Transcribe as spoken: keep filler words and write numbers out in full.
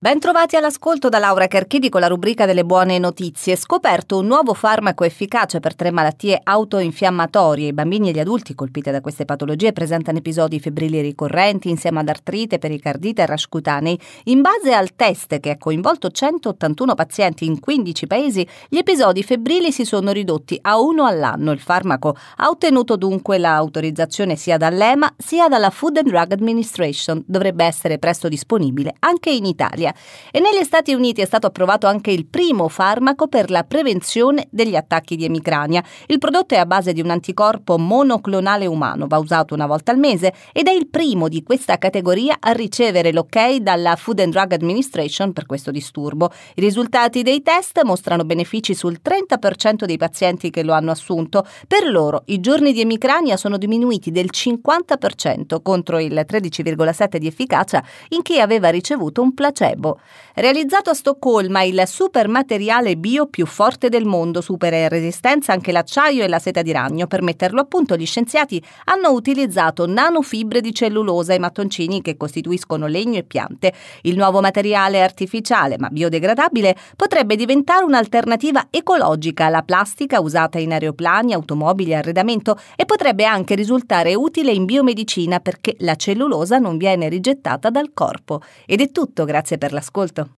Bentrovati all'ascolto da Laura Carchidi con la rubrica delle buone notizie. Scoperto un nuovo farmaco efficace per tre malattie autoinfiammatorie. I bambini e gli adulti colpiti da queste patologie presentano episodi febbrili ricorrenti insieme ad artrite, pericardite e rash cutanei. In base al test che ha coinvolto centottantuno pazienti in quindici paesi, gli episodi febbrili si sono ridotti a uno all'anno. Il farmaco ha ottenuto dunque l'autorizzazione sia dall'E M A sia dalla Food and Drug Administration. Dovrebbe essere presto disponibile anche in Italia. E negli Stati Uniti è stato approvato anche il primo farmaco per la prevenzione degli attacchi di emicrania. Il prodotto è a base di un anticorpo monoclonale umano, va usato una volta al mese ed è il primo di questa categoria a ricevere l'ok dalla Food and Drug Administration per questo disturbo. I risultati dei test mostrano benefici sul trenta per cento dei pazienti che lo hanno assunto. Per loro i giorni di emicrania sono diminuiti del cinquanta per cento contro il tredici virgola sette per cento di efficacia in chi aveva ricevuto un placebo. Realizzato a Stoccolma, il super materiale bio più forte del mondo, supera in resistenza anche l'acciaio e la seta di ragno. Per metterlo a punto, gli scienziati hanno utilizzato nanofibre di cellulosa e mattoncini che costituiscono legno e piante. Il nuovo materiale artificiale ma biodegradabile potrebbe diventare un'alternativa ecologica alla plastica usata in aeroplani, automobili e arredamento e potrebbe anche risultare utile in biomedicina perché la cellulosa non viene rigettata dal corpo. Ed è tutto, grazie per l'ascolto.